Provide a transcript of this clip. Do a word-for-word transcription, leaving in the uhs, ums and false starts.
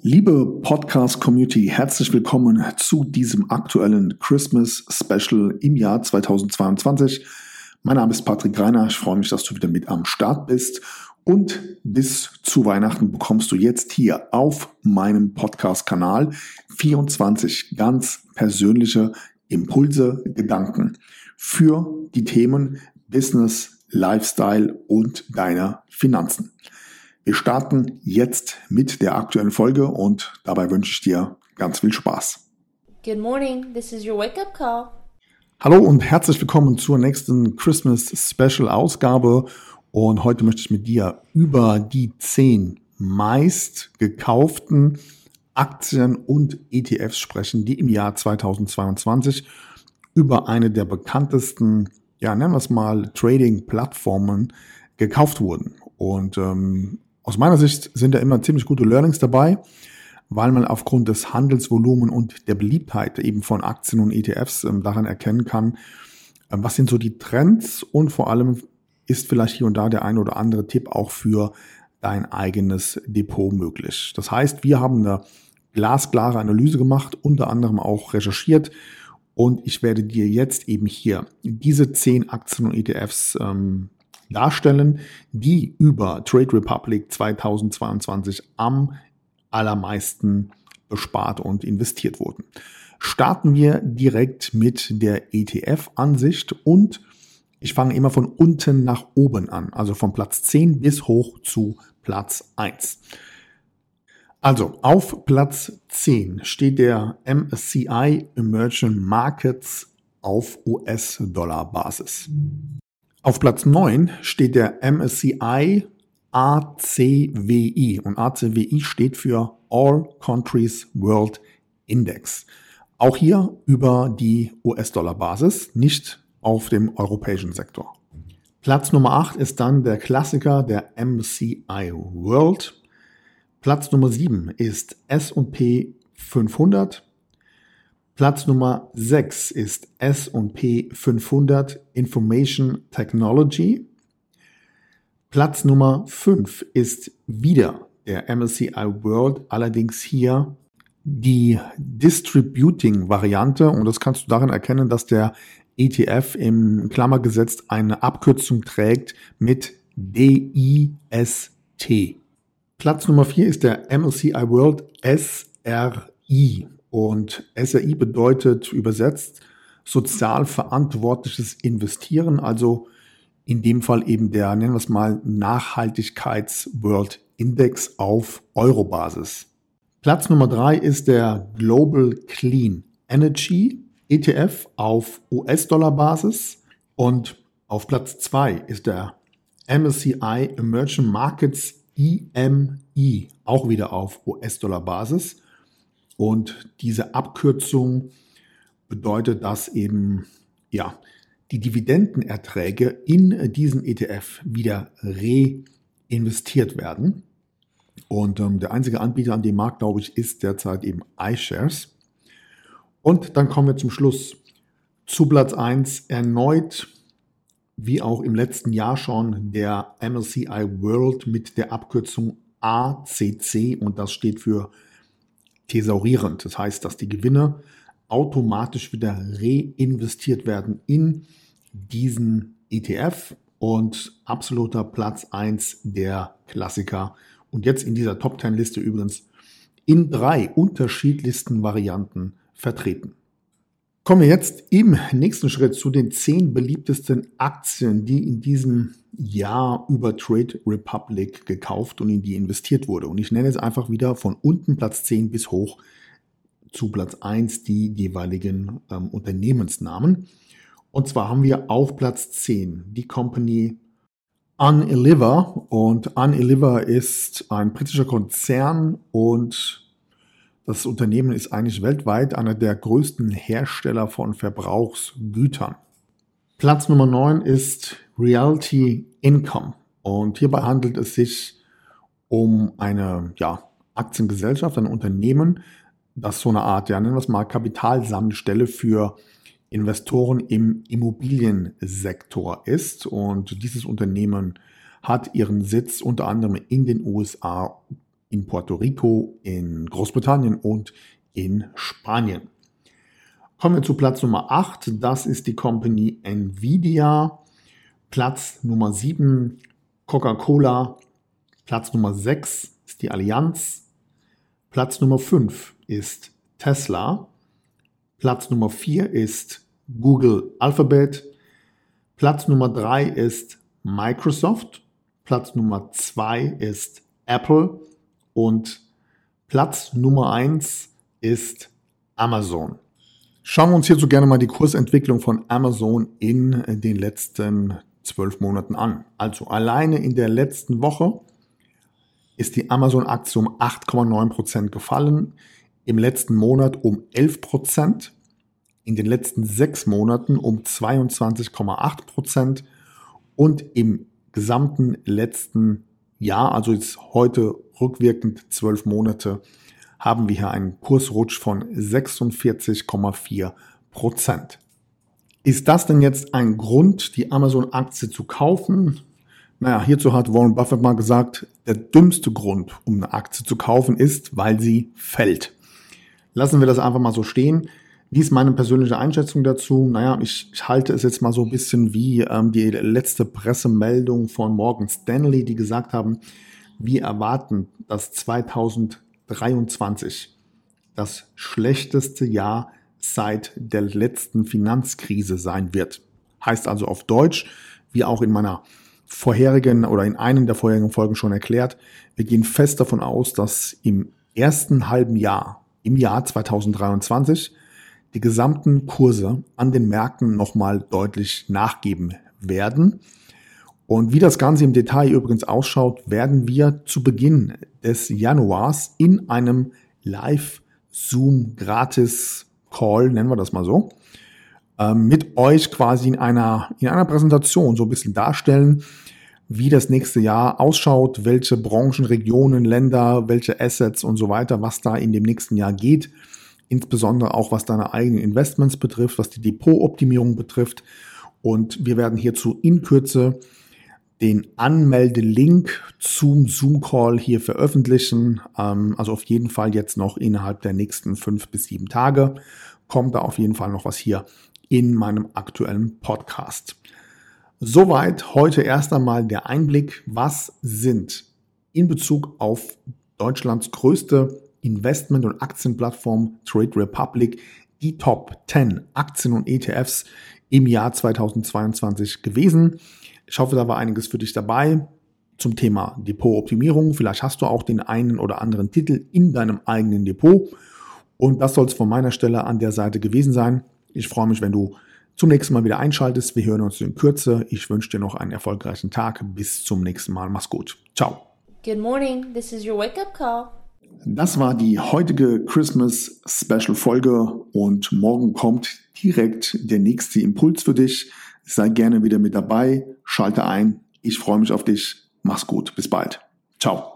Liebe Podcast-Community, herzlich willkommen zu diesem aktuellen Christmas-Special im Jahr zweitausendzweiundzwanzig. Mein Name ist Patrick Greiner, ich freue mich, dass du wieder mit am Start bist. Und bis zu Weihnachten bekommst du jetzt hier auf meinem Podcast-Kanal vierundzwanzig ganz persönliche Impulse, Gedanken für die Themen Business, Lifestyle und deine Finanzen. Wir starten jetzt mit der aktuellen Folge und dabei wünsche ich dir ganz viel Spaß. Good morning, this is your wake-up call. Hallo und herzlich willkommen zur nächsten Christmas Special Ausgabe und heute möchte ich mit dir über die zehn meist gekauften Aktien und E T Fs sprechen, die im Jahr zweitausendzweiundzwanzig über eine der bekanntesten, ja nennen wir es mal, Trading-Plattformen gekauft wurden. Und ähm, aus meiner Sicht sind da immer ziemlich gute Learnings dabei, weil man aufgrund des Handelsvolumens und der Beliebtheit eben von Aktien und E T Fs ähm, daran erkennen kann, ähm, was sind so die Trends und vor allem ist vielleicht hier und da der ein oder andere Tipp auch für dein eigenes Depot möglich. Das heißt, wir haben eine glasklare Analyse gemacht, unter anderem auch recherchiert und ich werde dir jetzt eben hier diese zehn Aktien und E T Fs ähm, darstellen, die über Trade Republic zweitausendzweiundzwanzig am allermeisten bespart und investiert wurden. Starten wir direkt mit der E T F-Ansicht und ich fange immer von unten nach oben an, also von Platz zehn bis hoch zu Platz eins. Also auf Platz zehn steht der M S C I Emerging Markets auf U S-Dollar-Basis. Auf Platz neun steht der M S C I A C W I und A C W I steht für All Countries World Index. Auch hier über die U S-Dollar-Basis, nicht auf dem europäischen Sektor. Platz Nummer acht ist dann der Klassiker, der M S C I World. Platz Nummer sieben ist S und P fünfhundert. Platz Nummer sechs ist S und P fünfhundert Information Technology. Platz Nummer fünf ist wieder der M S C I World, allerdings hier die Distributing-Variante und das kannst du darin erkennen, dass der E T F im Klammer gesetzt eine Abkürzung trägt mit D I S T. Platz Nummer vier ist der M S C I World S R I. Und S R I bedeutet übersetzt sozial verantwortliches Investieren, also in dem Fall eben der, nennen wir es mal, Nachhaltigkeits-World Index auf Euro-Basis. Platz Nummer drei ist der Global Clean Energy E T F auf U S-Dollar-Basis und auf Platz zwei ist der M S C I Emerging Markets E M I, auch wieder auf U S-Dollar-Basis. Und diese Abkürzung bedeutet, dass eben ja, die Dividendenerträge in diesen E T F wieder reinvestiert werden. Und ähm, der einzige Anbieter an dem Markt, glaube ich, ist derzeit eben iShares. Und dann kommen wir zum Schluss zu Platz eins erneut, wie auch im letzten Jahr schon, der M S C I World mit der Abkürzung A C C und das steht für thesaurierend. Das heißt, dass die Gewinne automatisch wieder reinvestiert werden in diesen E T F und absoluter Platz eins der Klassiker. Und jetzt in dieser Top zehn Liste übrigens in drei unterschiedlichsten Varianten vertreten. Kommen wir jetzt im nächsten Schritt zu den zehn beliebtesten Aktien, die in diesem Jahr über Trade Republic gekauft und in die investiert wurde. Und ich nenne jetzt einfach wieder von unten Platz zehn bis hoch zu Platz eins die jeweiligen ähm, Unternehmensnamen. Und zwar haben wir auf Platz zehn die Company Unilever. Und Unilever ist ein britischer Konzern und das Unternehmen ist eigentlich weltweit einer der größten Hersteller von Verbrauchsgütern. Platz Nummer neun ist Realty Income und hierbei handelt es sich um eine ja, Aktiengesellschaft, ein Unternehmen, das so eine Art, ja, nennen wir es mal, Kapitalsammelstelle für Investoren im Immobiliensektor ist. Und dieses Unternehmen hat ihren Sitz unter anderem in den U S A, in Puerto Rico, in Großbritannien und in Spanien. Kommen wir zu Platz Nummer acht. Das ist die Company Nvidia. Platz Nummer sieben, Coca-Cola. Platz Nummer sechs ist die Allianz. Platz Nummer fünf ist Tesla. Platz Nummer vier ist Google Alphabet. Platz Nummer drei ist Microsoft. Platz Nummer zwei ist Apple. Und Platz Nummer eins ist Amazon. Schauen wir uns hierzu gerne mal die Kursentwicklung von Amazon in den letzten zwölf Monaten an. Also alleine in der letzten Woche ist die Amazon-Aktie um acht Komma neun Prozent gefallen, im letzten Monat um elf Prozent, in den letzten sechs Monaten um zweiundzwanzig Komma acht Prozent und im gesamten letzten Jahr, also jetzt heute rückwirkend zwölf Monate, haben wir hier einen Kursrutsch von sechsundvierzig Komma vier Prozent. Ist das denn jetzt ein Grund, die Amazon-Aktie zu kaufen? Naja, hierzu hat Warren Buffett mal gesagt, der dümmste Grund, um eine Aktie zu kaufen, ist, weil sie fällt. Lassen wir das einfach mal so stehen. Wie ist meine persönliche Einschätzung dazu? Naja, ich, ich halte es jetzt mal so ein bisschen wie ähm, die letzte Pressemeldung von Morgan Stanley, die gesagt haben, wir erwarten, dass zweitausenddreiundzwanzig das schlechteste Jahr seit der letzten Finanzkrise sein wird. Heißt also auf Deutsch, wie auch in meiner vorherigen oder in einem der vorherigen Folgen schon erklärt, wir gehen fest davon aus, dass im ersten halben Jahr, im Jahr zweitausenddreiundzwanzig, die gesamten Kurse an den Märkten nochmal deutlich nachgeben werden. Und wie das Ganze im Detail übrigens ausschaut, werden wir zu Beginn des Januars in einem Live-Zoom-Gratis-Call, nennen wir das mal so, mit euch quasi in einer, in einer Präsentation so ein bisschen darstellen, wie das nächste Jahr ausschaut, welche Branchen, Regionen, Länder, welche Assets und so weiter, was da in dem nächsten Jahr geht. Insbesondere auch, was deine eigenen Investments betrifft, was die Depotoptimierung betrifft. Und wir werden hierzu in Kürze den Anmeldelink zum Zoom-Call hier veröffentlichen. Also auf jeden Fall jetzt noch innerhalb der nächsten fünf bis sieben Tage kommt da auf jeden Fall noch was hier in meinem aktuellen Podcast. Soweit heute erst einmal der Einblick, was sind in Bezug auf Deutschlands größte Investment- und Aktienplattform Trade Republic die Top zehn Aktien und E T Fs im Jahr zweitausendzweiundzwanzig gewesen. Ich hoffe, da war einiges für dich dabei zum Thema Depotoptimierung. Vielleicht hast du auch den einen oder anderen Titel in deinem eigenen Depot. Und das soll es von meiner Stelle an der Seite gewesen sein. Ich freue mich, wenn du zum nächsten Mal wieder einschaltest. Wir hören uns in Kürze. Ich wünsche dir noch einen erfolgreichen Tag. Bis zum nächsten Mal. Mach's gut. Ciao. Good morning. This is your wake-up call. Das war die heutige Christmas Special Folge und morgen kommt direkt der nächste Impuls für dich. Sei gerne wieder mit dabei. Schalte ein. Ich freue mich auf dich. Mach's gut. Bis bald. Ciao.